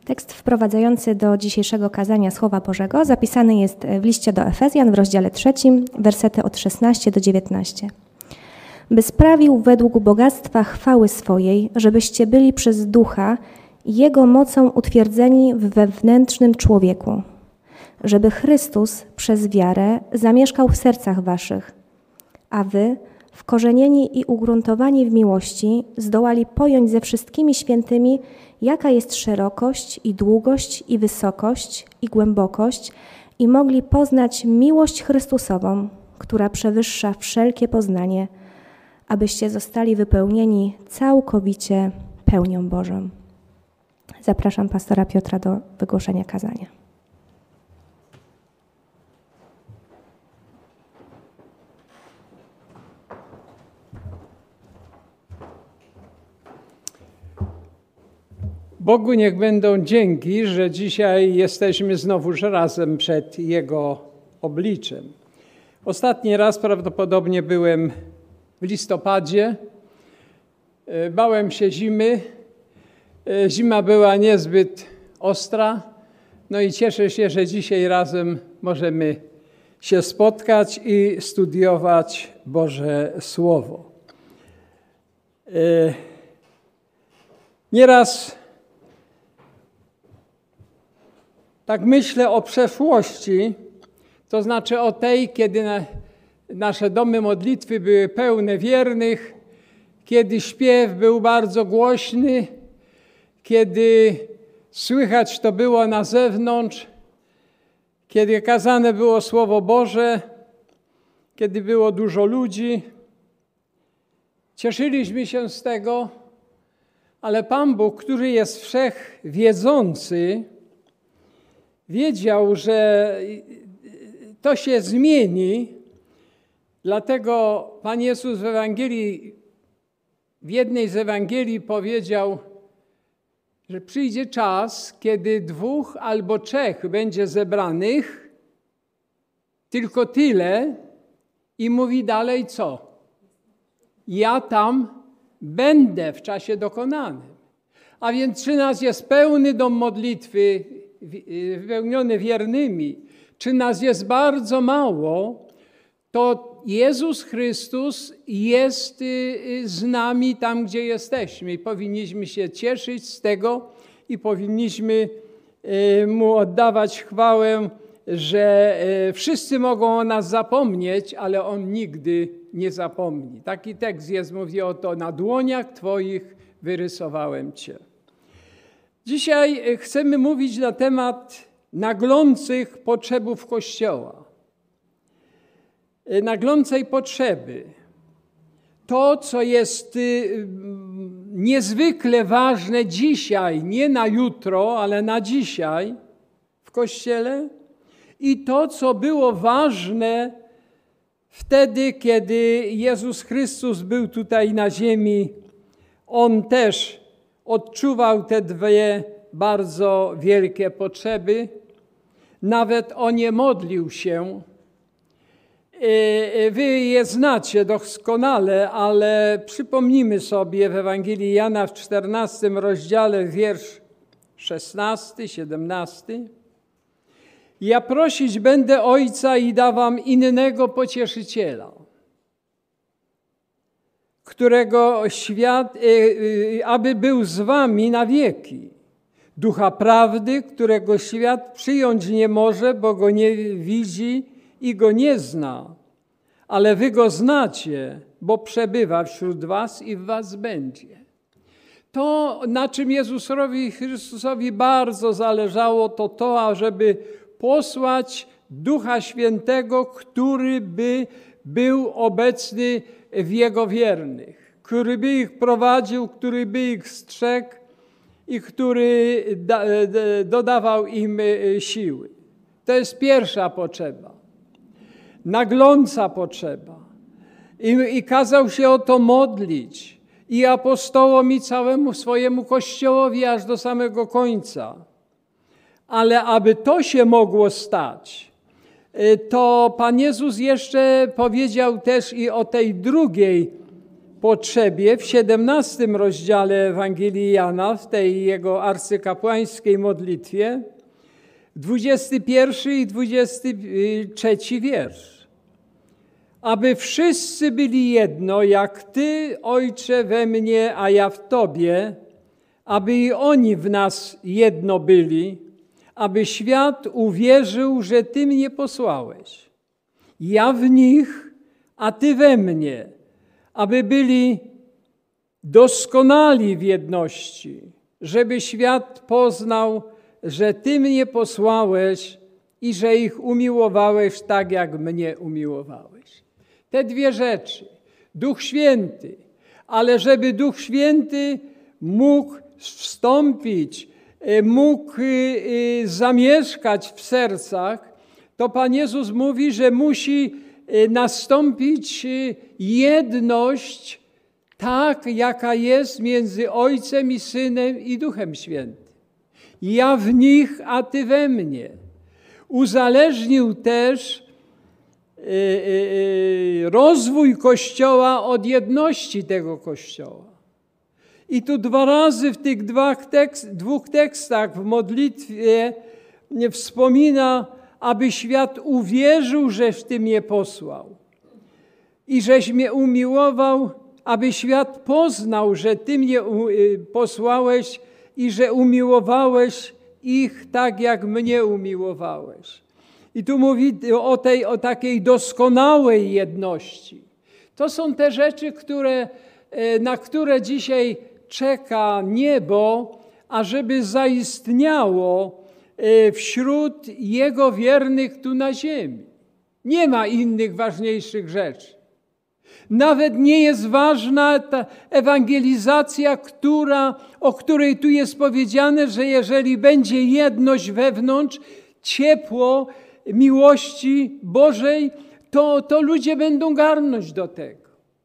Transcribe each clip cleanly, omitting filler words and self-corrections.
Tekst wprowadzający do dzisiejszego kazania Słowa Bożego zapisany jest w liście do Efezjan w rozdziale 3, wersety od 16 do 19. By sprawił według bogactwa chwały swojej, żebyście byli przez Ducha Jego mocą utwierdzeni w wewnętrznym człowieku, żeby Chrystus przez wiarę zamieszkał w sercach waszych, a wy, wkorzenieni i ugruntowani w miłości, zdołali pojąć ze wszystkimi świętymi, jaka jest szerokość i długość i wysokość i głębokość, i mogli poznać miłość Chrystusową, która przewyższa wszelkie poznanie, abyście zostali wypełnieni całkowicie pełnią Bożą. Zapraszam pastora Piotra do wygłoszenia kazania. Bogu niech będą dzięki, że dzisiaj jesteśmy znowuż razem przed Jego obliczem. Ostatni raz prawdopodobnie byłem w listopadzie. Bałem się zimy. Zima była niezbyt ostra. No i cieszę się, że dzisiaj razem możemy się spotkać i studiować Boże Słowo. Nieraz tak myślę o przeszłości, to znaczy o tej, kiedy nasze domy modlitwy były pełne wiernych, kiedy śpiew był bardzo głośny, kiedy słychać to było na zewnątrz, kiedy kazane było Słowo Boże, kiedy było dużo ludzi. Cieszyliśmy się z tego, ale Pan Bóg, który jest wszechwiedzący, wiedział, że to się zmieni, dlatego Pan Jezus w jednej z Ewangelii powiedział, że przyjdzie czas, kiedy 2 albo 3 będzie zebranych, tylko tyle, i mówi dalej co? Ja tam będę w czasie dokonanym. A więc czy nas jest pełny dom modlitwy, wypełniony wiernymi, czy nas jest bardzo mało, to Jezus Chrystus jest z nami tam, gdzie jesteśmy. I powinniśmy się cieszyć z tego i powinniśmy Mu oddawać chwałę, że wszyscy mogą o nas zapomnieć, ale On nigdy nie zapomni. Taki tekst jest, mówi oto: na dłoniach Twoich wyrysowałem Cię. Dzisiaj chcemy mówić na temat naglących potrzebów Kościoła. Naglącej potrzeby. To, co jest niezwykle ważne dzisiaj, nie na jutro, ale na dzisiaj w Kościele, i to, co było ważne wtedy, kiedy Jezus Chrystus był tutaj na ziemi. On też odczuwał te 2 bardzo wielkie potrzeby. Nawet o nie modlił się. Wy je znacie doskonale, ale przypomnijmy sobie w Ewangelii Jana w 14 rozdziale, wiersz 16, 17. Ja prosić będę Ojca i da wam innego pocieszyciela, którego świat, aby był z wami na wieki. Ducha prawdy, którego świat przyjąć nie może, bo go nie widzi i go nie zna. Ale wy go znacie, bo przebywa wśród was i w was będzie. To, na czym Jezusowi Chrystusowi bardzo zależało, to ażeby posłać Ducha Świętego, który by był obecny w Jego wiernych, który by ich prowadził, który by ich strzegł i który dodawał im siły. To jest pierwsza potrzeba, nagląca potrzeba. I kazał się o to modlić i apostołom, i całemu swojemu Kościołowi aż do samego końca. Ale aby to się mogło stać, to Pan Jezus jeszcze powiedział też i o tej drugiej potrzebie w 17 rozdziale Ewangelii Jana, w tej jego arcykapłańskiej modlitwie, 21 i 23 wiersz. Aby wszyscy byli jedno, jak Ty, Ojcze, we mnie, a ja w Tobie, aby i oni w nas jedno byli, aby świat uwierzył, że Ty mnie posłałeś. Ja w nich, a Ty we mnie, aby byli doskonali w jedności, żeby świat poznał, że Ty mnie posłałeś i że ich umiłowałeś tak, jak mnie umiłowałeś. Te dwie rzeczy, Duch Święty, ale żeby Duch Święty mógł wstąpić, mógł zamieszkać w sercach, to Pan Jezus mówi, że musi nastąpić jedność tak, jaka jest między Ojcem i Synem i Duchem Świętym. Ja w nich, a Ty we mnie. Uzależnił też rozwój Kościoła od jedności tego Kościoła. I tu dwa razy w tych dwóch tekstach w modlitwie wspomina, aby świat uwierzył, żeś Ty mnie posłał i żeś mnie umiłował, aby świat poznał, że Ty mnie posłałeś i że umiłowałeś ich tak, jak mnie umiłowałeś. I tu mówi o takiej doskonałej jedności. To są te rzeczy, na które dzisiaj czeka niebo, ażeby zaistniało wśród Jego wiernych tu na ziemi. Nie ma innych ważniejszych rzeczy. Nawet nie jest ważna ta ewangelizacja, o której tu jest powiedziane, że jeżeli będzie jedność wewnątrz, ciepło miłości Bożej, to ludzie będą garnąć do tego.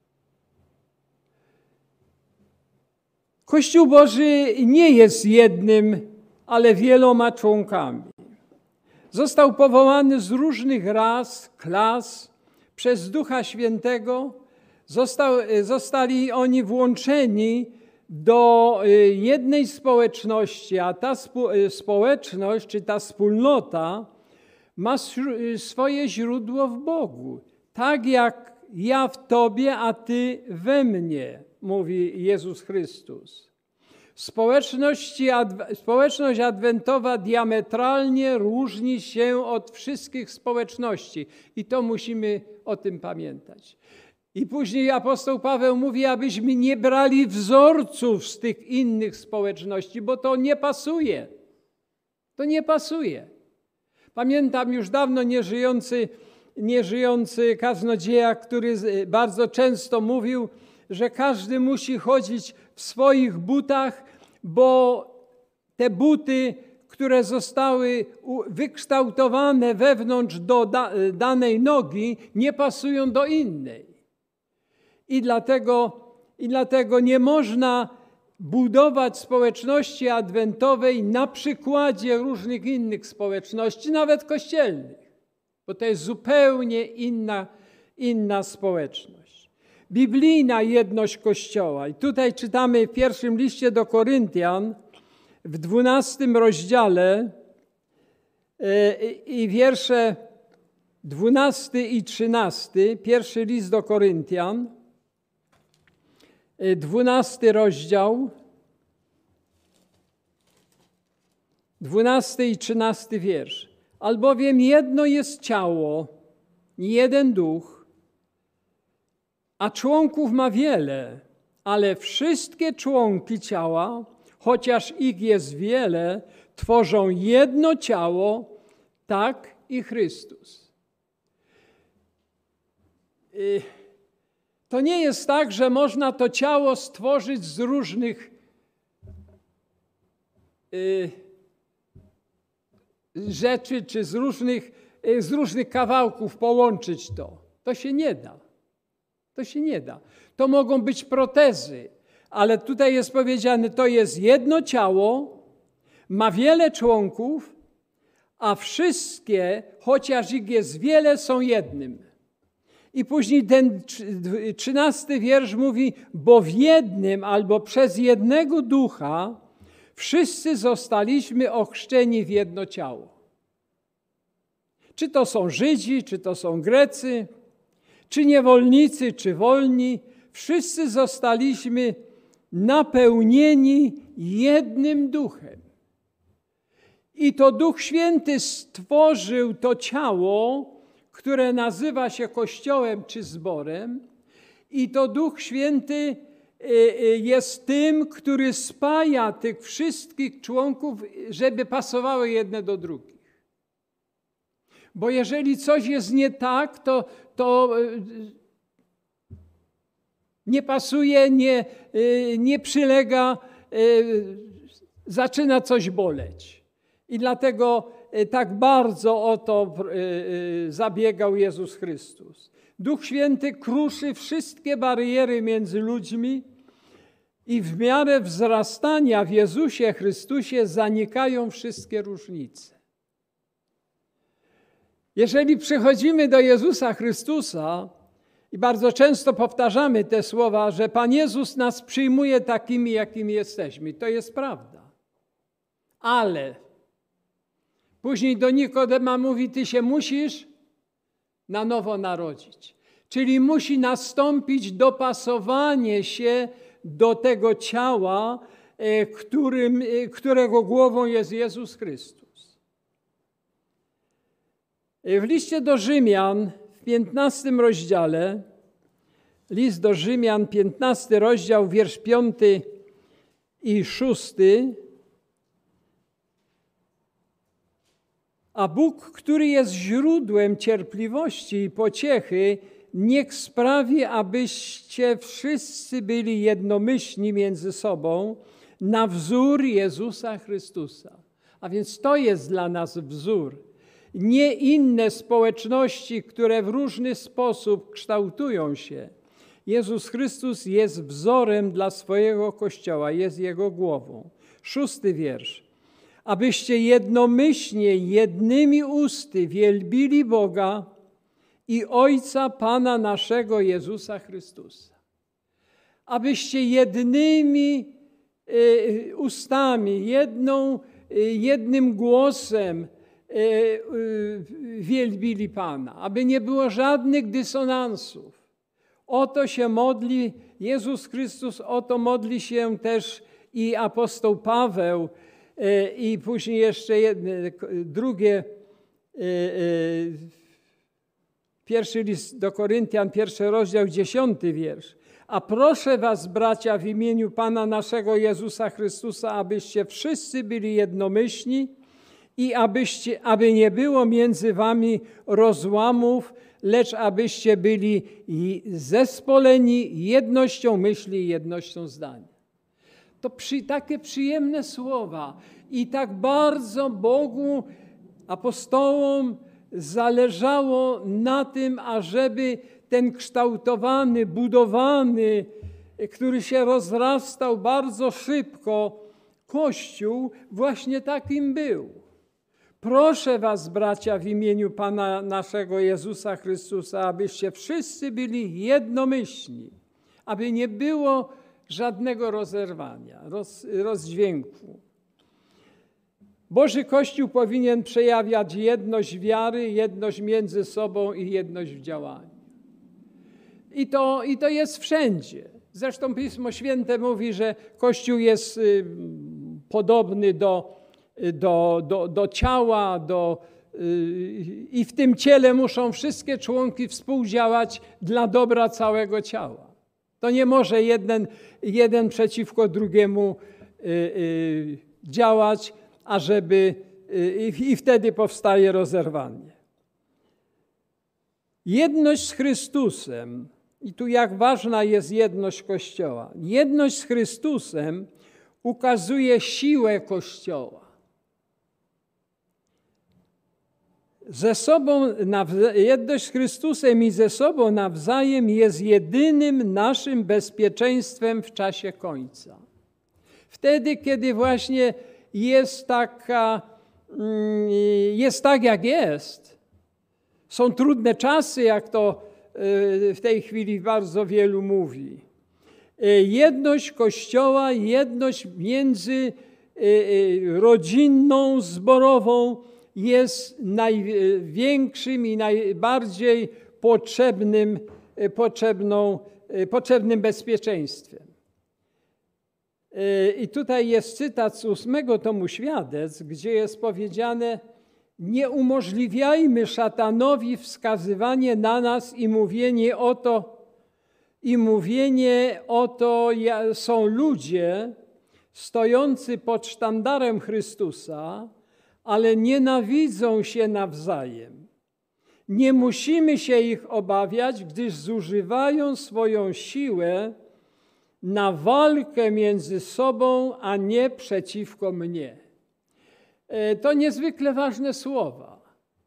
Kościół Boży nie jest jednym, ale wieloma członkami. Został powołany z różnych ras, klas przez Ducha Świętego. Zostali oni włączeni do jednej społeczności, a ta społeczność, czy ta wspólnota ma swoje źródło w Bogu. Tak jak ja w Tobie, a Ty we mnie, mówi Jezus Chrystus. Społeczność adwentowa diametralnie różni się od wszystkich społeczności i to musimy o tym pamiętać. I później apostoł Paweł mówi, abyśmy nie brali wzorców z tych innych społeczności, bo to nie pasuje. To nie pasuje. Pamiętam już dawno nieżyjący kaznodzieja, który bardzo często mówił, że każdy musi chodzić w swoich butach, bo te buty, które zostały wykształtowane wewnątrz do danej nogi, nie pasują do innej. I dlatego nie można budować społeczności adwentowej na przykładzie różnych innych społeczności, nawet kościelnych, bo to jest zupełnie inna społeczność. Biblijna jedność Kościoła. I tutaj czytamy w pierwszym liście do Koryntian, w 12 rozdziale i wiersze 12 i 13, pierwszy list do Koryntian, 12 rozdział, 12 i 13 wiersz. Albowiem jedno jest ciało, jeden duch, a członków ma wiele, ale wszystkie członki ciała, chociaż ich jest wiele, tworzą jedno ciało, tak i Chrystus. To nie jest tak, że można to ciało stworzyć z różnych rzeczy, czy z różnych kawałków połączyć to. To się nie da. To się nie da. To mogą być protezy, ale tutaj jest powiedziane, to jest jedno ciało, ma wiele członków, a wszystkie, chociaż ich jest wiele, są jednym. I później ten 13 wiersz mówi, bo w jednym albo przez jednego ducha wszyscy zostaliśmy ochrzczeni w jedno ciało. Czy to są Żydzi, czy to są Grecy, czy niewolnicy, czy wolni, wszyscy zostaliśmy napełnieni jednym duchem. I to Duch Święty stworzył to ciało, które nazywa się Kościołem czy zborem. I to Duch Święty jest tym, który spaja tych wszystkich członków, żeby pasowały jedne do drugich. Bo jeżeli coś jest nie tak, to nie pasuje, nie przylega, zaczyna coś boleć. I dlatego tak bardzo o to zabiegał Jezus Chrystus. Duch Święty kruszy wszystkie bariery między ludźmi i w miarę wzrastania w Jezusie Chrystusie zanikają wszystkie różnice. Jeżeli przychodzimy do Jezusa Chrystusa i bardzo często powtarzamy te słowa, że Pan Jezus nas przyjmuje takimi, jakimi jesteśmy. To jest prawda. Ale później do Nikodema mówi, ty się musisz na nowo narodzić. Czyli musi nastąpić dopasowanie się do tego ciała, którego głową jest Jezus Chrystus. W liście do Rzymian w 15 rozdziale, list do Rzymian, 15 rozdział, wiersz 5 i 6. A Bóg, który jest źródłem cierpliwości i pociechy, niech sprawi, abyście wszyscy byli jednomyślni między sobą na wzór Jezusa Chrystusa. A więc to jest dla nas wzór. Nie inne społeczności, które w różny sposób kształtują się. Jezus Chrystus jest wzorem dla swojego Kościoła, jest Jego głową. 6 wiersz. Abyście jednomyślnie, jednymi usty wielbili Boga i Ojca Pana naszego Jezusa Chrystusa. Abyście jednymi ustami, jednym głosem wielbili Pana, aby nie było żadnych dysonansów. O to się modli Jezus Chrystus, o to modli się też i apostoł Paweł, i później jeszcze drugie, pierwszy list do Koryntian, 1 rozdział, 10 wiersz. A proszę was, bracia, w imieniu Pana naszego Jezusa Chrystusa, abyście wszyscy byli jednomyślni i aby nie było między wami rozłamów, lecz abyście byli zespoleni jednością myśli i jednością zdań. To takie przyjemne słowa i tak bardzo Bogu, apostołom zależało na tym, ażeby ten kształtowany, budowany, który się rozrastał bardzo szybko, Kościół właśnie takim był. Proszę was, bracia, w imieniu Pana naszego Jezusa Chrystusa, abyście wszyscy byli jednomyślni, aby nie było żadnego rozerwania, rozdźwięku. Boży Kościół powinien przejawiać jedność wiary, jedność między sobą i jedność w działaniu. I to jest wszędzie. Zresztą Pismo Święte mówi, że Kościół jest podobny do ciała, i w tym ciele muszą wszystkie członki współdziałać dla dobra całego ciała. To nie może jeden przeciwko drugiemu działać, i wtedy powstaje rozerwanie. Jedność z Chrystusem, i tu jak ważna jest jedność Kościoła. Jedność z Chrystusem ukazuje siłę Kościoła. Jedność z Chrystusem i ze sobą nawzajem jest jedynym naszym bezpieczeństwem w czasie końca. Wtedy, kiedy właśnie jest tak jak jest, są trudne czasy, jak to w tej chwili bardzo wielu mówi. Jedność Kościoła, jedność międzyrodzinną, zborową jest największym i najbardziej potrzebnym bezpieczeństwem. I tutaj jest cytat z 8 tomu Świadectw, gdzie jest powiedziane: nie umożliwiajmy szatanowi wskazywanie na nas i mówienie o to są ludzie stojący pod sztandarem Chrystusa, ale nienawidzą się nawzajem. Nie musimy się ich obawiać, gdyż zużywają swoją siłę na walkę między sobą, a nie przeciwko mnie. To niezwykle ważne słowa.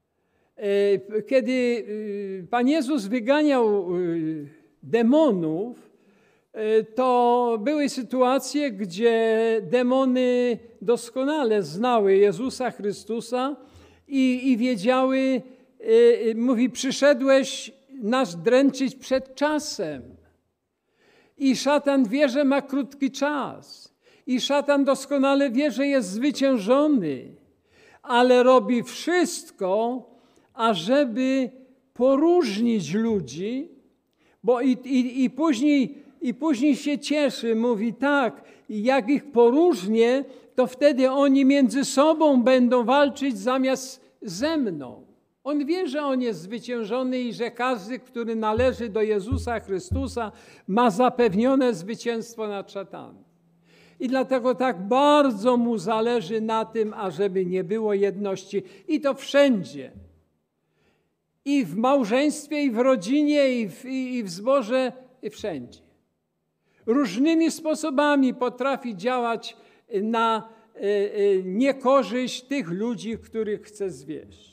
Kiedy Pan Jezus wyganiał demonów, to były sytuacje, gdzie demony doskonale znały Jezusa Chrystusa i wiedziały, mówi: przyszedłeś nas dręczyć przed czasem. I szatan wie, że ma krótki czas. I szatan doskonale wie, że jest zwyciężony. Ale robi wszystko, ażeby poróżnić ludzi, bo i później się cieszy, mówi: tak, jak ich poróżnię, to wtedy oni między sobą będą walczyć zamiast ze mną. On wie, że on jest zwyciężony i że każdy, który należy do Jezusa Chrystusa, ma zapewnione zwycięstwo nad szatanem. I dlatego tak bardzo mu zależy na tym, ażeby nie było jedności. I to wszędzie. I w małżeństwie, i w rodzinie, i w zborze, i wszędzie. Różnymi sposobami potrafi działać na niekorzyść tych ludzi, których chce zwieść.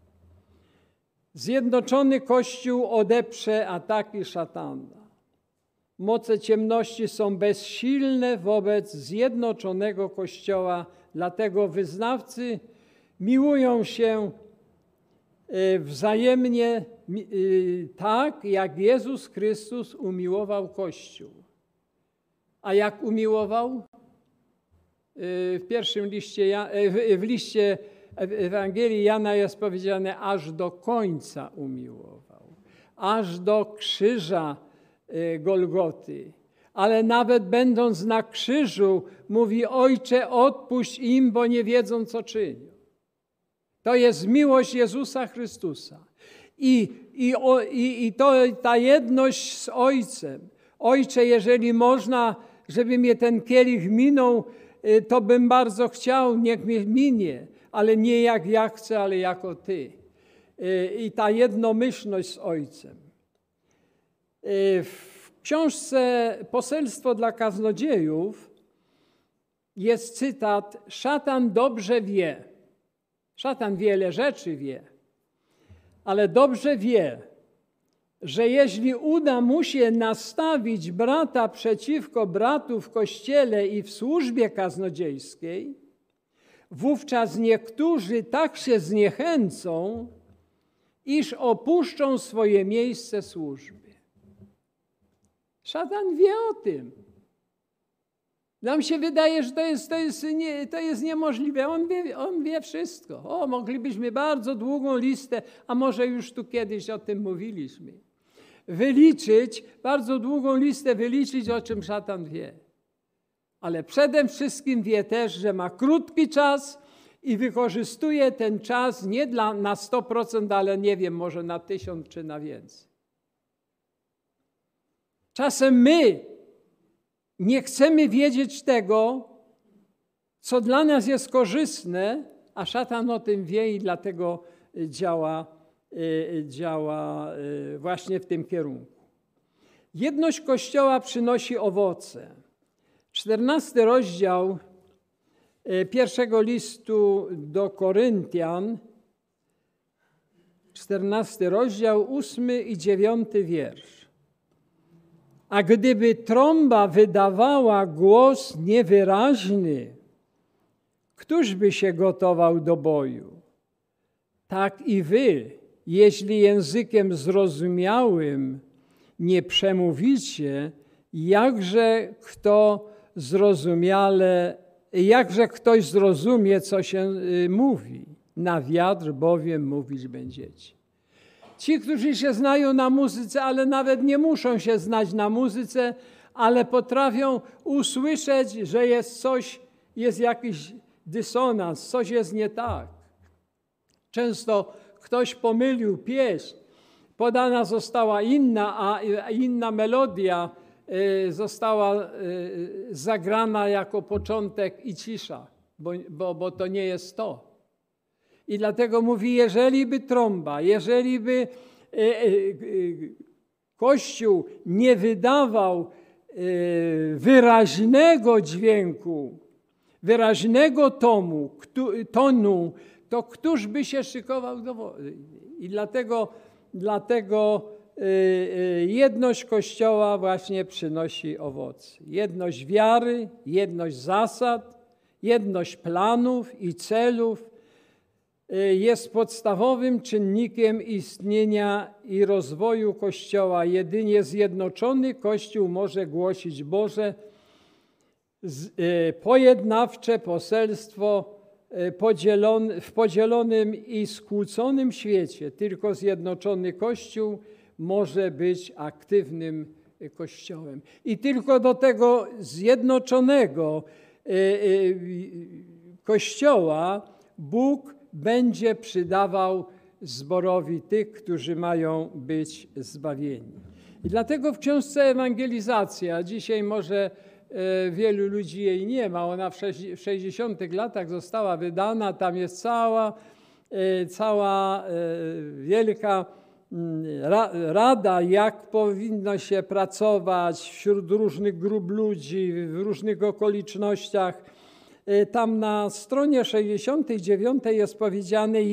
Zjednoczony Kościół odeprze ataki szatana. Moce ciemności są bezsilne wobec zjednoczonego Kościoła, dlatego wyznawcy miłują się wzajemnie tak, jak Jezus Chrystus umiłował Kościół. A jak umiłował? W pierwszym liście, w liście Ewangelii Jana jest powiedziane: aż do końca umiłował, aż do krzyża Golgoty. Ale nawet będąc na krzyżu, mówi: Ojcze, odpuść im, bo nie wiedzą, co czynią. To jest miłość Jezusa Chrystusa. I ta jedność z Ojcem. Ojcze, jeżeli można, żeby mnie ten kielich minął, to bym bardzo chciał, niech mnie minie, ale nie jak ja chcę, ale jako Ty. I ta jednomyślność z Ojcem. W książce Poselstwo dla kaznodziejów jest cytat: szatan dobrze wie. Szatan wiele rzeczy wie, ale dobrze wie, że jeśli uda mu się nastawić brata przeciwko bratu w Kościele i w służbie kaznodziejskiej, wówczas niektórzy tak się zniechęcą, iż opuszczą swoje miejsce służby. Szatan wie o tym. Nam się wydaje, że to jest niemożliwe. On wie wszystko. O, moglibyśmy bardzo długą listę, a może już tu kiedyś o tym mówiliśmy, bardzo długą listę wyliczyć, o czym szatan wie. Ale przede wszystkim wie też, że ma krótki czas i wykorzystuje ten czas nie na 100%, ale nie wiem, może na 1000 czy na więcej. Czasem my nie chcemy wiedzieć tego, co dla nas jest korzystne, a szatan o tym wie i dlatego działa właśnie w tym kierunku. Jedność Kościoła przynosi owoce. 14 rozdział pierwszego listu do Koryntian, 14 rozdział, 8 i 9 wiersz. A gdyby trąba wydawała głos niewyraźny, któż by się gotował do boju? Tak i wy jeśli językiem zrozumiałym nie przemówicie, jakże ktoś zrozumie, co się mówi. Na wiatr bowiem mówić będziecie. Ci, którzy się znają na muzyce, ale nawet nie muszą się znać na muzyce, ale potrafią usłyszeć, że jest jakiś dysonans, coś jest nie tak. Często ktoś pomylił pieśń, podana została inna, a inna melodia została zagrana jako początek i cisza, bo to nie jest to. I dlatego mówi, jeżeli by trąba, jeżeli by Kościół nie wydawał wyraźnego dźwięku, wyraźnego tonu, to któż by się szykował do wody? I dlatego jedność Kościoła właśnie przynosi owoce. Jedność wiary, jedność zasad, jedność planów i celów jest podstawowym czynnikiem istnienia i rozwoju Kościoła. Jedynie zjednoczony Kościół może głosić Boże pojednawcze poselstwo w podzielonym i skłóconym świecie. Tylko zjednoczony Kościół może być aktywnym Kościołem. I tylko do tego zjednoczonego Kościoła Bóg będzie przydawał zborowi tych, którzy mają być zbawieni. I dlatego w książce Ewangelizacja, dzisiaj może wielu ludzi jej nie ma, ona w 60 latach została wydana, tam jest cała wielka rada, jak powinno się pracować wśród różnych grup ludzi, w różnych okolicznościach. Tam na stronie 69 jest powiedziane: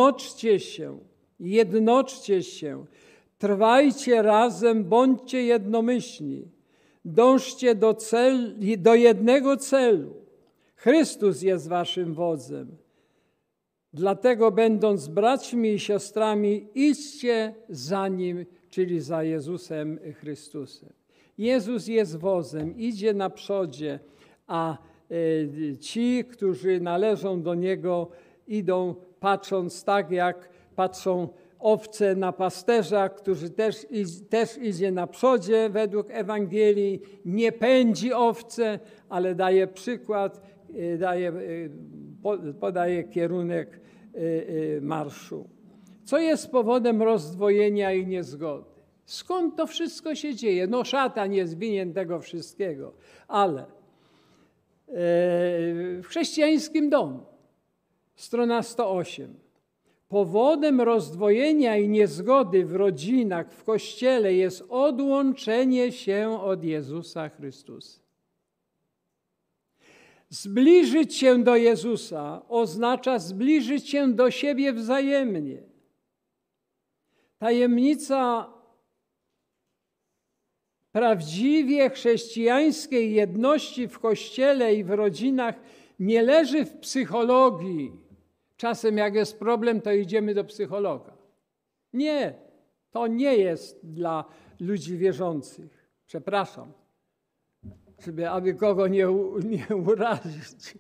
jednoczcie się, trwajcie razem, bądźcie jednomyślni, dążcie do jednego celu. Chrystus jest waszym wodzem. Dlatego, będąc braćmi i siostrami, idźcie za Nim, czyli za Jezusem Chrystusem. Jezus jest wozem, idzie na przodzie, a ci, którzy należą do Niego, idą patrząc tak, jak patrzą owce na pasterza, który też idzie na przodzie według Ewangelii, nie pędzi owce, ale daje przykład, podaje kierunek marszu. Co jest powodem rozdwojenia i niezgody? Skąd to wszystko się dzieje? No szatan jest winien tego wszystkiego, ale w chrześcijańskim domu, strona 108. Powodem rozdwojenia i niezgody w rodzinach, w Kościele jest odłączenie się od Jezusa Chrystusa. Zbliżyć się do Jezusa oznacza zbliżyć się do siebie wzajemnie. Tajemnica prawdziwie chrześcijańskiej jedności w Kościele i w rodzinach nie leży w psychologii. Czasem jak jest problem, to idziemy do psychologa. Nie, to nie jest dla ludzi wierzących. Przepraszam, aby kogo nie urazić.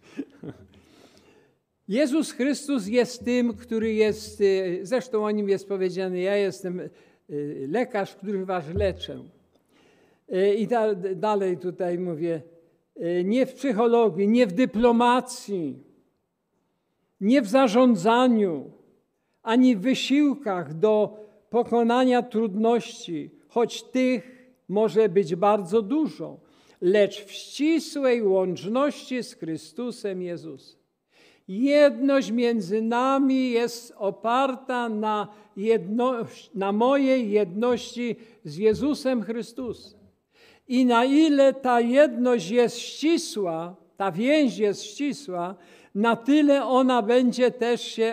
Jezus Chrystus jest tym, który jest, zresztą o Nim jest powiedziane: ja jestem lekarz, który was leczę. I dalej tutaj mówię, nie w psychologii, nie w dyplomacji, nie w zarządzaniu, ani w wysiłkach do pokonania trudności, choć tych może być bardzo dużo, lecz w ścisłej łączności z Chrystusem Jezusem. Jedność między nami jest oparta na mojej jedności z Jezusem Chrystusem. I na ile ta jedność jest ścisła, ta więź jest ścisła, na tyle ona będzie też się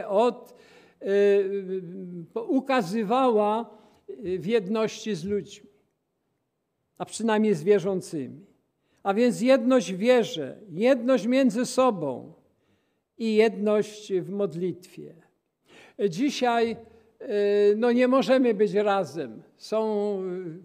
ukazywała w jedności z ludźmi, a przynajmniej z wierzącymi. A więc jedność w wierze, jedność między sobą i jedność w modlitwie. Dzisiaj no nie możemy być razem. Są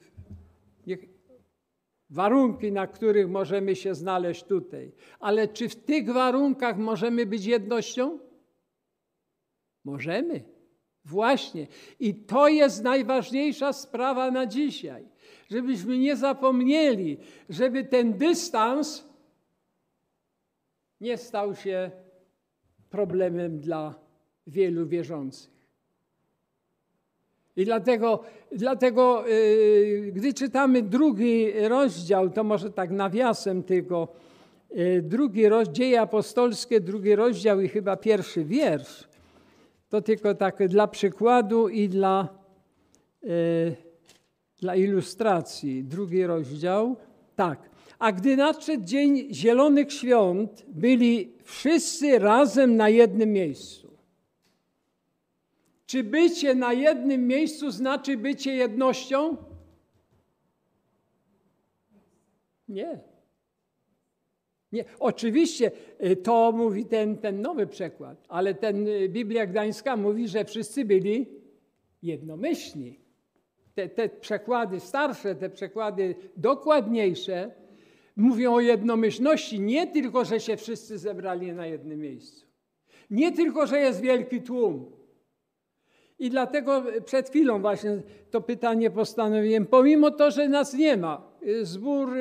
warunki, na których możemy się znaleźć tutaj. Ale czy w tych warunkach możemy być jednością? Możemy. Właśnie. I to jest najważniejsza sprawa na dzisiaj. Żebyśmy nie zapomnieli, żeby ten dystans nie stał się problemem dla wielu wierzących. I dlatego gdy czytamy 2 rozdział, to może tak nawiasem tylko, 2 Dzieje Apostolskie, 2 rozdział i chyba 1 wiersz, to tylko tak dla przykładu i dla ilustracji. 2 rozdział, tak. A gdy nadszedł dzień Zielonych Świąt, byli wszyscy razem na jednym miejscu. Czy bycie na jednym miejscu znaczy bycie jednością? Nie. Nie. Oczywiście to mówi ten nowy przekład, ale ten Biblia Gdańska mówi, że wszyscy byli jednomyślni. Te przekłady starsze, te przekłady dokładniejsze mówią o jednomyślności, nie tylko, że się wszyscy zebrali na jednym miejscu. Nie tylko, że jest wielki tłum. I dlatego przed chwilą właśnie to pytanie postanowiłem, pomimo to, że nas nie ma. Zbór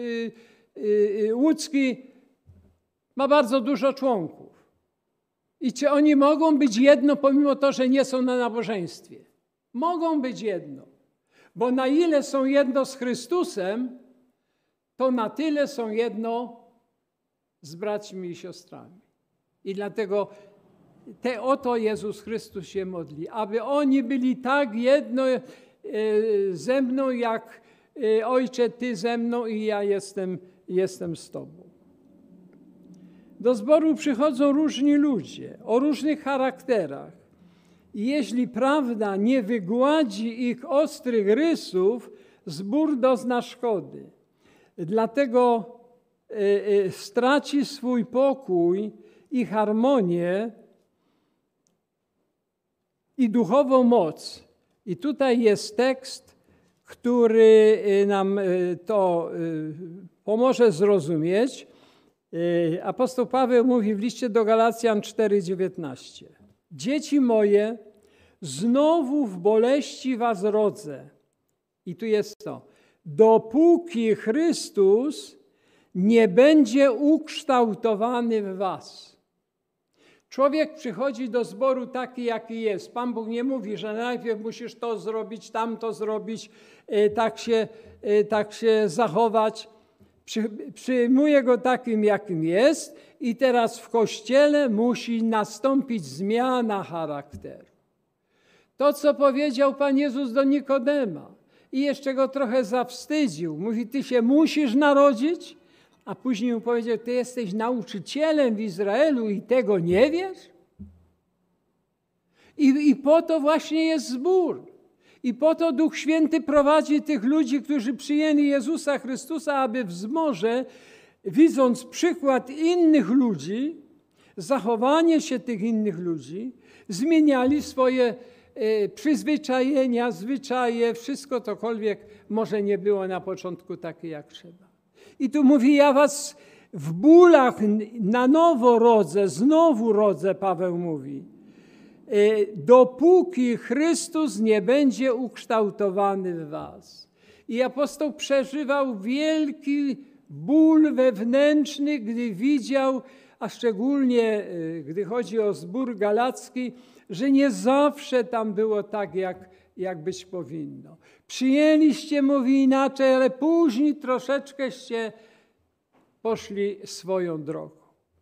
łódzki ma bardzo dużo członków. I czy oni mogą być jedno, pomimo to, że nie są na nabożeństwie? Mogą być jedno. Bo na ile są jedno z Chrystusem, to na tyle są jedno z braćmi i siostrami. I dlatego o to Jezus Chrystus się modli, aby oni byli tak jedno ze mną, jak Ojcze, Ty ze mną i ja jestem z Tobą. Do zboru przychodzą różni ludzie o różnych charakterach. I jeśli prawda nie wygładzi ich ostrych rysów, zbór dozna szkody. Dlatego straci swój pokój i harmonię i duchową moc. I tutaj jest tekst, który nam to pomoże zrozumieć. Apostoł Paweł mówi w liście do Galacjan 4:19. Dzieci moje, znowu w boleści was rodzę. I tu jest to. Dopóki Chrystus nie będzie ukształtowany w was. Człowiek przychodzi do zboru taki, jaki jest. Pan Bóg nie mówi, że najpierw musisz to zrobić, tamto zrobić, tak się zachować. Przyjmuje go takim, jakim jest i teraz w Kościele musi nastąpić zmiana charakteru. To, co powiedział Pan Jezus do Nikodema i jeszcze go trochę zawstydził. Mówi, ty się musisz narodzić, a później mu powiedział, ty jesteś nauczycielem w Izraelu i tego nie wiesz? I po to właśnie jest zbór. I po to Duch Święty prowadzi tych ludzi, którzy przyjęli Jezusa Chrystusa, aby w zborze, widząc przykład innych ludzi, zachowanie się tych innych ludzi, zmieniali swoje przyzwyczajenia, zwyczaje, wszystko cokolwiek może nie było na początku takie jak trzeba. I tu mówi, ja was w bólach na nowo rodzę, znowu rodzę, Paweł mówi. Dopóki Chrystus nie będzie ukształtowany w was. I apostoł przeżywał wielki ból wewnętrzny, gdy widział, a szczególnie gdy chodzi o zbór galacki, że nie zawsze tam było tak, jak być powinno. Przyjęliście, mówi inaczej, ale później troszeczkęście poszli swoją drogą.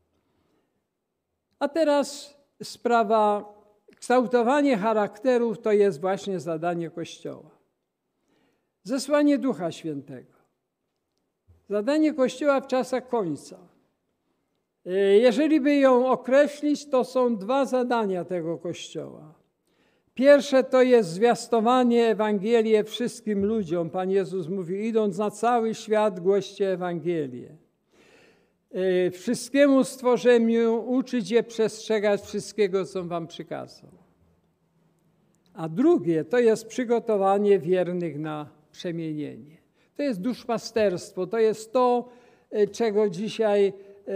A teraz sprawa, kształtowanie charakterów to jest właśnie zadanie Kościoła. Zesłanie Ducha Świętego. Zadanie Kościoła w czasach końca. Jeżeli by ją określić, to są dwa zadania tego Kościoła. Pierwsze to jest zwiastowanie Ewangelii wszystkim ludziom. Pan Jezus mówi, idąc na cały świat, głoście Ewangelię. Wszystkiemu stworzeniu uczyć je przestrzegać wszystkiego, co wam przykazał. A drugie to jest przygotowanie wiernych na przemienienie. To jest duszpasterstwo, to jest to, czego dzisiaj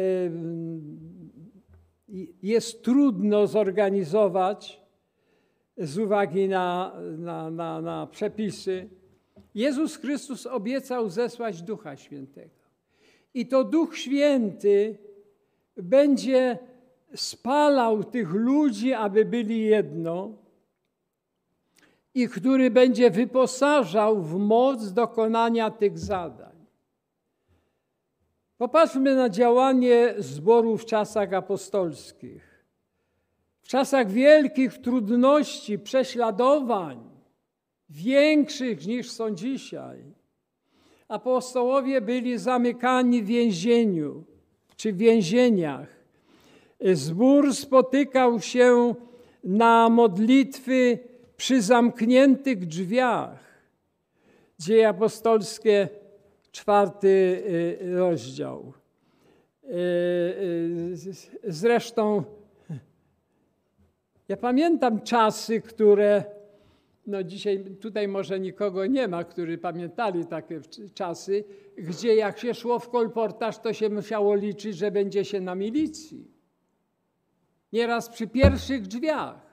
jest trudno zorganizować z uwagi na przepisy. Jezus Chrystus obiecał zesłać Ducha Świętego. I to Duch Święty będzie spalał tych ludzi, aby byli jedno, i który będzie wyposażał w moc dokonania tych zadań. Popatrzmy na działanie zboru w czasach apostolskich. W czasach wielkich trudności, prześladowań, większych niż są dzisiaj, apostołowie byli zamykani w więzieniu czy w więzieniach. Zbór spotykał się na modlitwy przy zamkniętych drzwiach. Dzieje apostolskie, 4 rozdział. Zresztą ja pamiętam czasy, które, no dzisiaj tutaj może nikogo nie ma, którzy pamiętali takie czasy, gdzie jak się szło w kolportaż, to się musiało liczyć, że będzie się na milicji. Nieraz przy pierwszych drzwiach.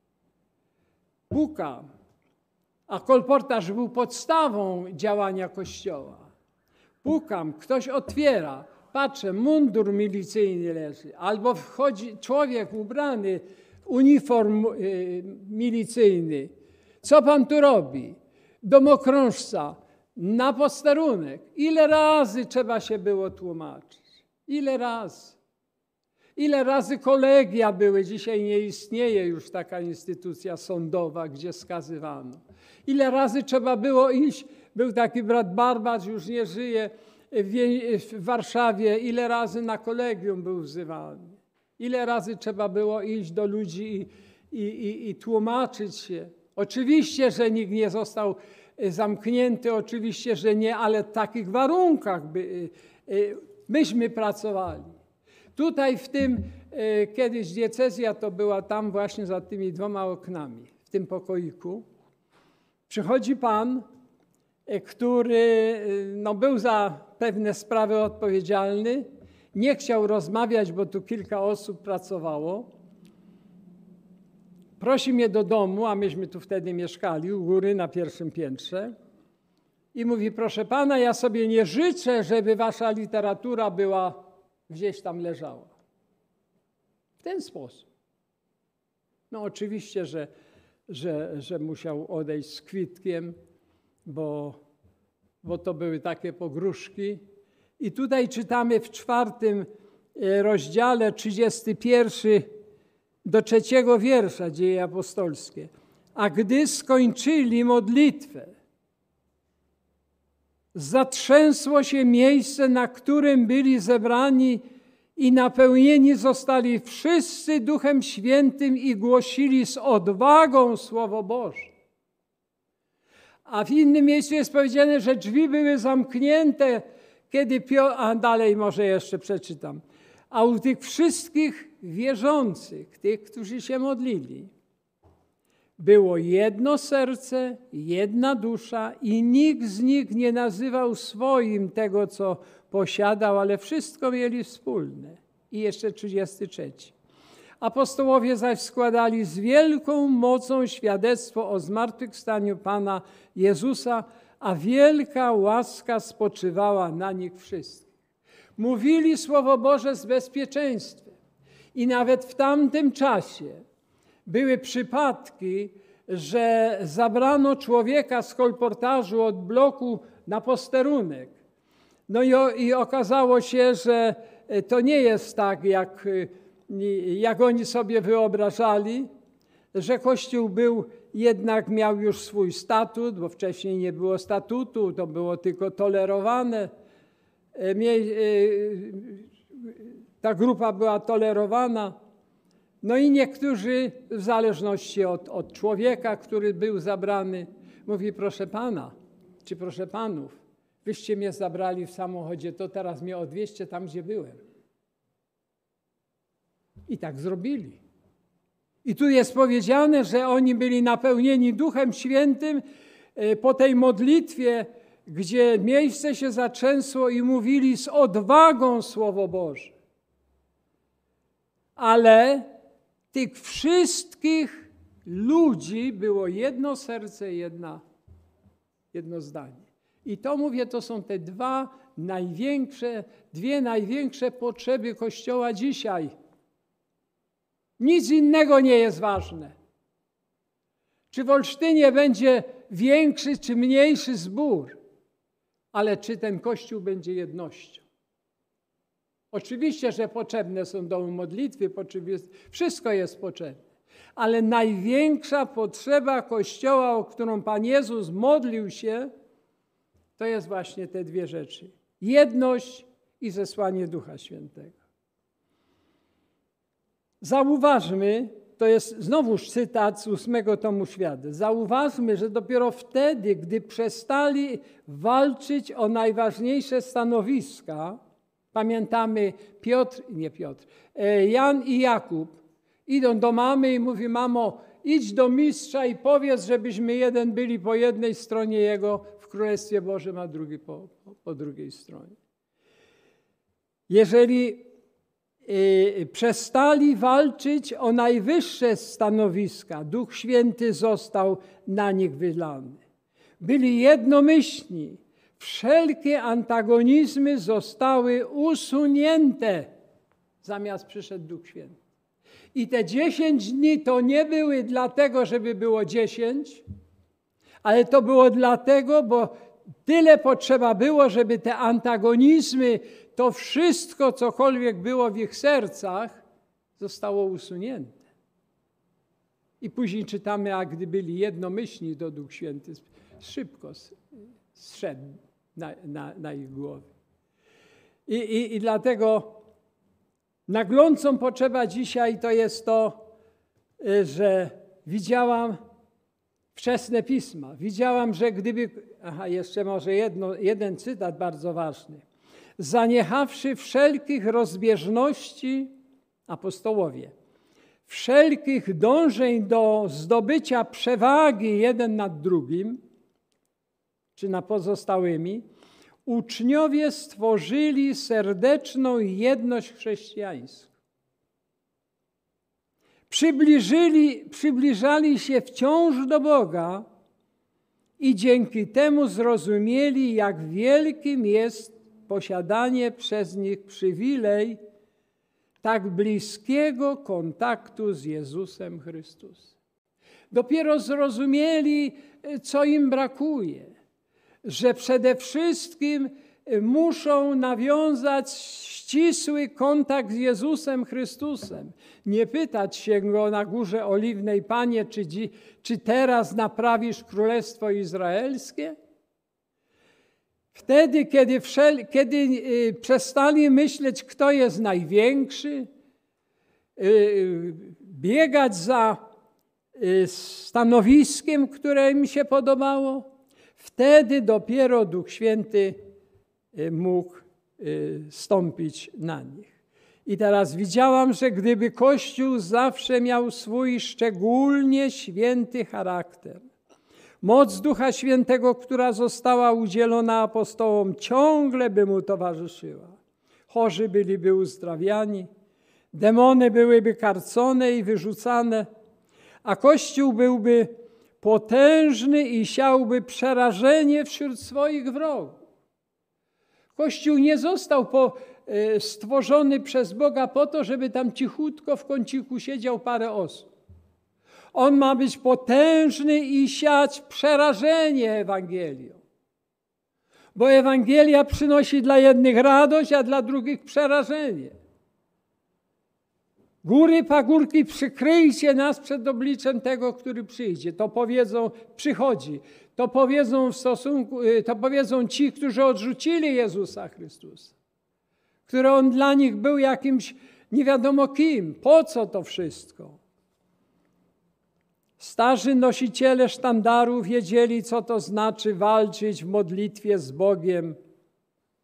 Puka, a kolportaż był podstawą działania Kościoła. Pukam, ktoś otwiera, patrzę, mundur milicyjny leży, albo wchodzi człowiek ubrany w uniform milicyjny. Co pan tu robi? Domokrążca, na posterunek. Ile razy trzeba się było tłumaczyć? Ile razy? Ile razy kolegia były? Dzisiaj nie istnieje już taka instytucja sądowa, gdzie skazywano. Ile razy trzeba było iść? Był taki brat Barbacz, już nie żyje, w Warszawie. Ile razy na kolegium był wzywany? Ile razy trzeba było iść do ludzi i tłumaczyć się? Oczywiście, że nikt nie został zamknięty, oczywiście, że nie, ale w takich warunkach myśmy pracowali. Tutaj w tym, kiedyś diecezja to była tam właśnie za tymi 2 oknami, w tym pokoiku. Przychodzi pan, który no, był za pewne sprawy odpowiedzialny, nie chciał rozmawiać, bo tu kilka osób pracowało. Prosi mnie do domu, a myśmy tu wtedy mieszkali u góry na 1. piętrze. I mówi, proszę pana, ja sobie nie życzę, żeby wasza literatura była gdzieś tam leżała. W ten sposób. No oczywiście, że musiał odejść z kwitkiem, bo to były takie pogróżki. I tutaj czytamy w 4 rozdziale, 31 do 3 wiersza, Dzieje apostolskie. A gdy skończyli modlitwę, zatrzęsło się miejsce, na którym byli zebrani, i napełnieni zostali wszyscy Duchem Świętym i głosili z odwagą Słowo Boże. A w innym miejscu jest powiedziane, że drzwi były zamknięte, kiedy a dalej może jeszcze przeczytam. A u tych wszystkich wierzących, tych, którzy się modlili, było jedno serce, jedna dusza i nikt z nich nie nazywał swoim tego, co posiadał, ale wszystko mieli wspólne. I jeszcze 33. Apostołowie zaś składali z wielką mocą świadectwo o zmartwychwstaniu Pana Jezusa, a wielka łaska spoczywała na nich wszystkich. Mówili Słowo Boże z bezpieczeństwem. I nawet w tamtym czasie były przypadki, że zabrano człowieka z kolportażu od bloku na posterunek. No i okazało się, że to nie jest tak, jak oni sobie wyobrażali, że Kościół jednak miał już swój statut, bo wcześniej nie było statutu, to było tylko tolerowane. Ta grupa była tolerowana. No i niektórzy, w zależności od człowieka, który był zabrany, mówi, proszę pana, czy proszę panów, wyście mnie zabrali w samochodzie, to teraz mnie odwieźcie tam, gdzie byłem. I tak zrobili. I tu jest powiedziane, że oni byli napełnieni Duchem Świętym po tej modlitwie, gdzie miejsce się zatrzęsło i mówili z odwagą Słowo Boże. Ale tych wszystkich ludzi było jedno serce, jedno zdanie. I to mówię, to są te dwie największe potrzeby Kościoła dzisiaj. Nic innego nie jest ważne. Czy w Olsztynie będzie większy czy mniejszy zbór, ale czy ten Kościół będzie jednością. Oczywiście, że potrzebne są domy modlitwy, wszystko jest potrzebne. Ale największa potrzeba Kościoła, o którą Pan Jezus modlił się, to jest właśnie te dwie rzeczy. Jedność i zesłanie Ducha Świętego. Zauważmy, to jest znowuż cytat z 8 tomu Świat. Zauważmy, że dopiero wtedy, gdy przestali walczyć o najważniejsze stanowiska, pamiętamy Jan i Jakub idą do mamy i mówi: mamo, idź do mistrza i powiedz, żebyśmy jeden byli po jednej stronie jego w Królestwie Bożym, a drugi po drugiej stronie. Jeżeli przestali walczyć o najwyższe stanowiska, Duch Święty został na nich wylany. Byli jednomyślni. Wszelkie antagonizmy zostały usunięte, zamiast przyszedł Duch Święty. I te 10 dni to nie były dlatego, żeby było 10, ale to było dlatego, bo tyle potrzeba było, żeby te antagonizmy, to wszystko, cokolwiek było w ich sercach, zostało usunięte. I później czytamy, a gdy byli jednomyślni, to Duch Święty szybko zszedł na ich głowy. I dlatego naglącą potrzeba dzisiaj to jest to, że widziałam wczesne pisma. Widziałam, że gdyby... jeszcze może jeden cytat bardzo ważny. Zaniechawszy wszelkich rozbieżności, apostołowie, wszelkich dążeń do zdobycia przewagi jeden nad drugim, czy nad pozostałymi, uczniowie stworzyli serdeczną jedność chrześcijańską. Przybliżali się wciąż do Boga i dzięki temu zrozumieli, jak wielkim jest posiadanie przez nich przywilej tak bliskiego kontaktu z Jezusem Chrystusem. Dopiero zrozumieli, co im brakuje, że przede wszystkim muszą nawiązać ścisły kontakt z Jezusem Chrystusem. Nie pytać się Go na Górze Oliwnej: Panie, czy teraz naprawisz Królestwo Izraelskie? Wtedy, kiedy przestali myśleć, kto jest największy, biegać za stanowiskiem, które im się podobało, wtedy dopiero Duch Święty mógł stąpić na nich. I teraz widziałam, że gdyby Kościół zawsze miał swój szczególnie święty charakter, moc Ducha Świętego, która została udzielona apostołom, ciągle by mu towarzyszyła. Chorzy byliby uzdrawiani, demony byłyby karcone i wyrzucane, a Kościół byłby potężny i siałby przerażenie wśród swoich wrogów. Kościół nie został stworzony przez Boga po to, żeby tam cichutko w kąciku siedział parę osób. On ma być potężny i siać przerażenie Ewangelią. Bo Ewangelia przynosi dla jednych radość, a dla drugich przerażenie. Góry, pagórki, przykryjcie nas przed obliczem tego, który przyjdzie. To przychodzi. To powiedzą ci, którzy odrzucili Jezusa Chrystusa. Który On dla nich był jakimś nie wiadomo kim. Po co to wszystko? Starzy nosiciele sztandarów wiedzieli, co to znaczy walczyć w modlitwie z Bogiem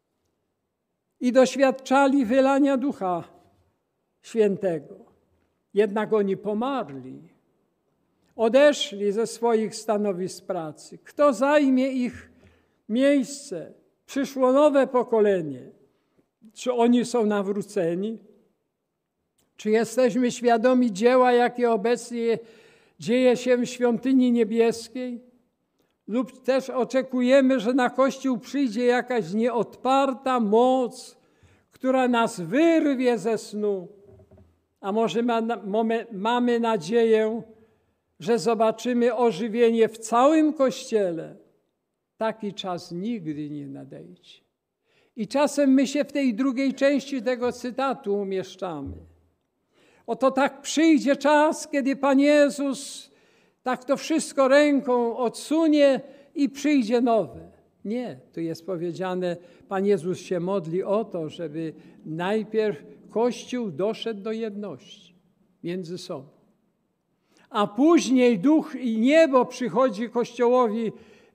i doświadczali wylania Ducha Świętego. Jednak oni pomarli. Odeszli ze swoich stanowisk pracy. Kto zajmie ich miejsce? Przyszło nowe pokolenie. Czy oni są nawróceni? Czy jesteśmy świadomi dzieła, jakie obecnie dzieje się w świątyni niebieskiej? Lub też oczekujemy, że na Kościół przyjdzie jakaś nieodparta moc, która nas wyrwie ze snu? A może mamy nadzieję, że zobaczymy ożywienie w całym Kościele? Taki czas nigdy nie nadejdzie. I czasem my się w tej drugiej części tego cytatu umieszczamy. Oto tak przyjdzie czas, kiedy Pan Jezus tak to wszystko ręką odsunie i przyjdzie nowe. Nie, tu jest powiedziane, Pan Jezus się modli o to, żeby najpierw Kościół doszedł do jedności między sobą. A później duch i niebo przychodzi Kościołowi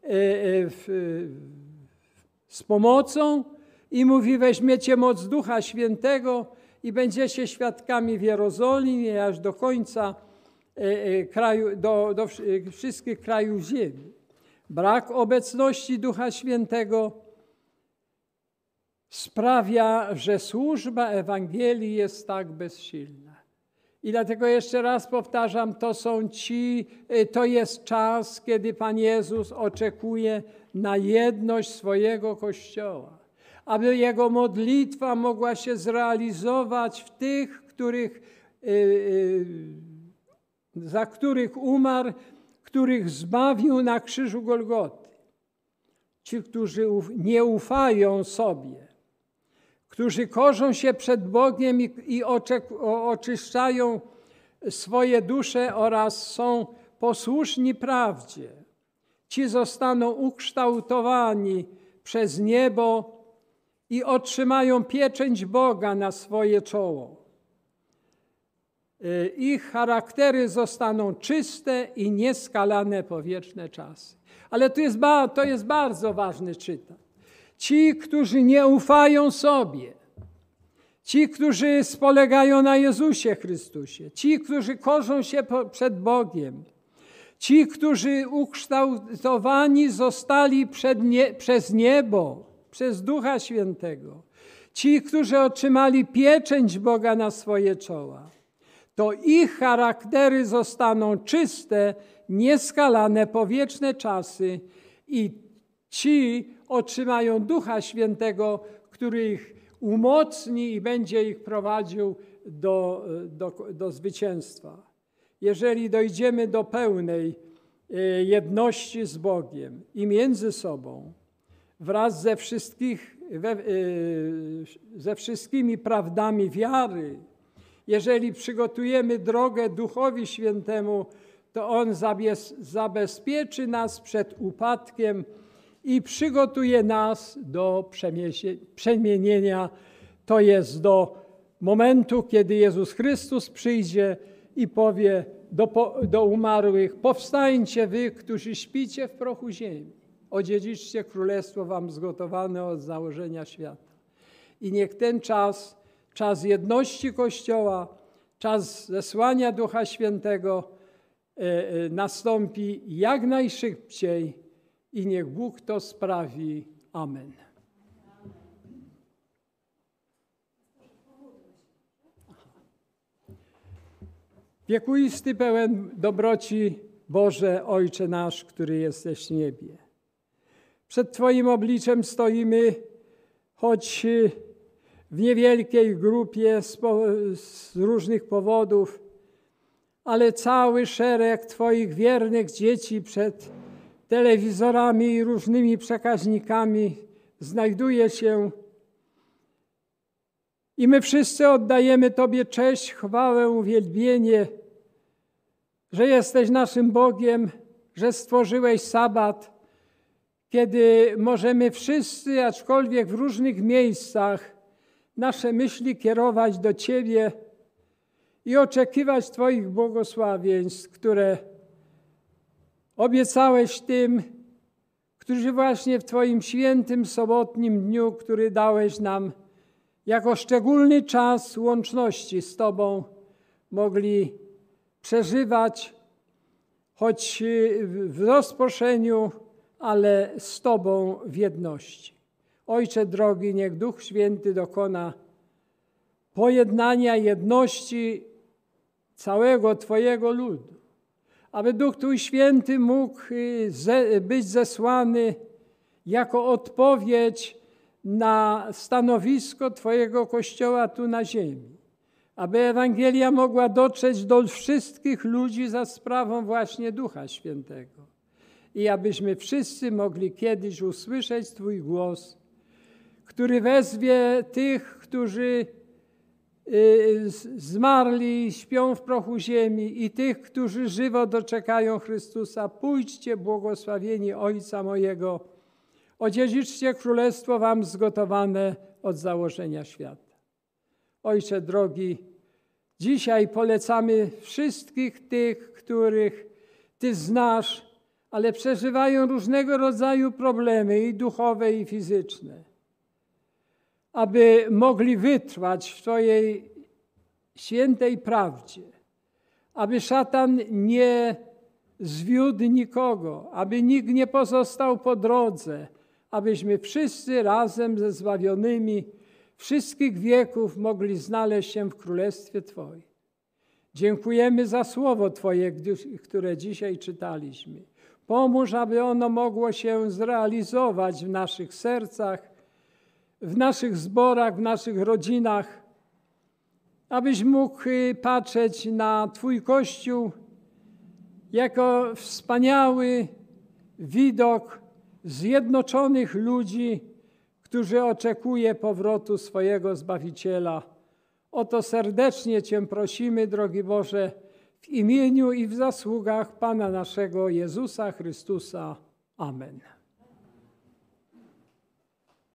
z pomocą i mówi, weźmiecie moc Ducha Świętego i będziecie świadkami w Jerozolimie, aż do końca kraju, do wszystkich krajów ziemi. Brak obecności Ducha Świętego sprawia, że służba Ewangelii jest tak bezsilna. I dlatego jeszcze raz powtarzam, to jest czas, kiedy Pan Jezus oczekuje na jedność swojego Kościoła, aby Jego modlitwa mogła się zrealizować w tych, za których umarł, których zbawił na krzyżu Golgoty. Ci, którzy nie ufają sobie, którzy korzą się przed Bogiem i oczyszczają swoje dusze oraz są posłuszni prawdzie. Ci zostaną ukształtowani przez niebo i otrzymają pieczęć Boga na swoje czoło. Ich charaktery zostaną czyste i nieskalane po wieczne czasy. Ale to jest bardzo ważny cytat. Ci, którzy nie ufają sobie, ci, którzy spolegają na Jezusie Chrystusie, ci, którzy korzą się przed Bogiem, ci, którzy ukształtowani zostali przez niebo, przez Ducha Świętego, ci, którzy otrzymali pieczęć Boga na swoje czoła, to ich charaktery zostaną czyste, nieskalane po wieczne czasy i ci otrzymają Ducha Świętego, który ich umocni i będzie ich prowadził do zwycięstwa. Jeżeli dojdziemy do pełnej jedności z Bogiem i między sobą, wraz ze wszystkimi prawdami wiary, jeżeli przygotujemy drogę Duchowi Świętemu, to On zabezpieczy nas przed upadkiem i przygotuje nas do przemienienia, to jest do momentu, kiedy Jezus Chrystus przyjdzie i powie do umarłych, powstańcie wy, którzy śpicie w prochu ziemi, odziedziczcie królestwo wam zgotowane od założenia świata. I niech ten czas jedności Kościoła, czas zesłania Ducha Świętego nastąpi jak najszybciej i niech Bóg to sprawi. Amen. Wiekuisty, pełen dobroci Boże, Ojcze nasz, który jesteś w niebie. Przed Twoim obliczem stoimy, choć w niewielkiej grupie z różnych powodów, ale cały szereg Twoich wiernych dzieci przed telewizorami i różnymi przekaźnikami znajduje się i my wszyscy oddajemy Tobie cześć, chwałę, uwielbienie, że jesteś naszym Bogiem, że stworzyłeś sabat, kiedy możemy wszyscy, aczkolwiek w różnych miejscach, nasze myśli kierować do Ciebie i oczekiwać Twoich błogosławieństw, które obiecałeś tym, którzy właśnie w Twoim świętym, sobotnim dniu, który dałeś nam jako szczególny czas łączności z Tobą, mogli przeżywać, choć w rozproszeniu, ale z Tobą w jedności. Ojcze drogi, niech Duch Święty dokona pojednania, jedności całego Twojego ludu, aby Duch Twój Święty mógł być zesłany jako odpowiedź na stanowisko Twojego Kościoła tu na ziemi, aby Ewangelia mogła dotrzeć do wszystkich ludzi za sprawą właśnie Ducha Świętego i abyśmy wszyscy mogli kiedyś usłyszeć Twój głos, który wezwie tych, którzy zmarli, śpią w prochu ziemi i tych, którzy żywo doczekają Chrystusa. Pójdźcie, błogosławieni Ojca mojego, odziedziczcie królestwo wam zgotowane od założenia świata. Ojcze drogi, dzisiaj polecamy wszystkich tych, których Ty znasz, ale przeżywają różnego rodzaju problemy i duchowe, i fizyczne, aby mogli wytrwać w Twojej świętej prawdzie, aby szatan nie zwiódł nikogo, aby nikt nie pozostał po drodze, abyśmy wszyscy razem ze zbawionymi wszystkich wieków mogli znaleźć się w Królestwie Twoim. Dziękujemy za Słowo Twoje, które dzisiaj czytaliśmy. Pomóż, aby ono mogło się zrealizować w naszych sercach, w naszych zborach, w naszych rodzinach, abyś mógł patrzeć na Twój Kościół jako wspaniały widok zjednoczonych ludzi, którzy oczekuje powrotu swojego Zbawiciela. O to serdecznie Cię prosimy, drogi Boże, w imieniu i w zasługach Pana naszego Jezusa Chrystusa. Amen.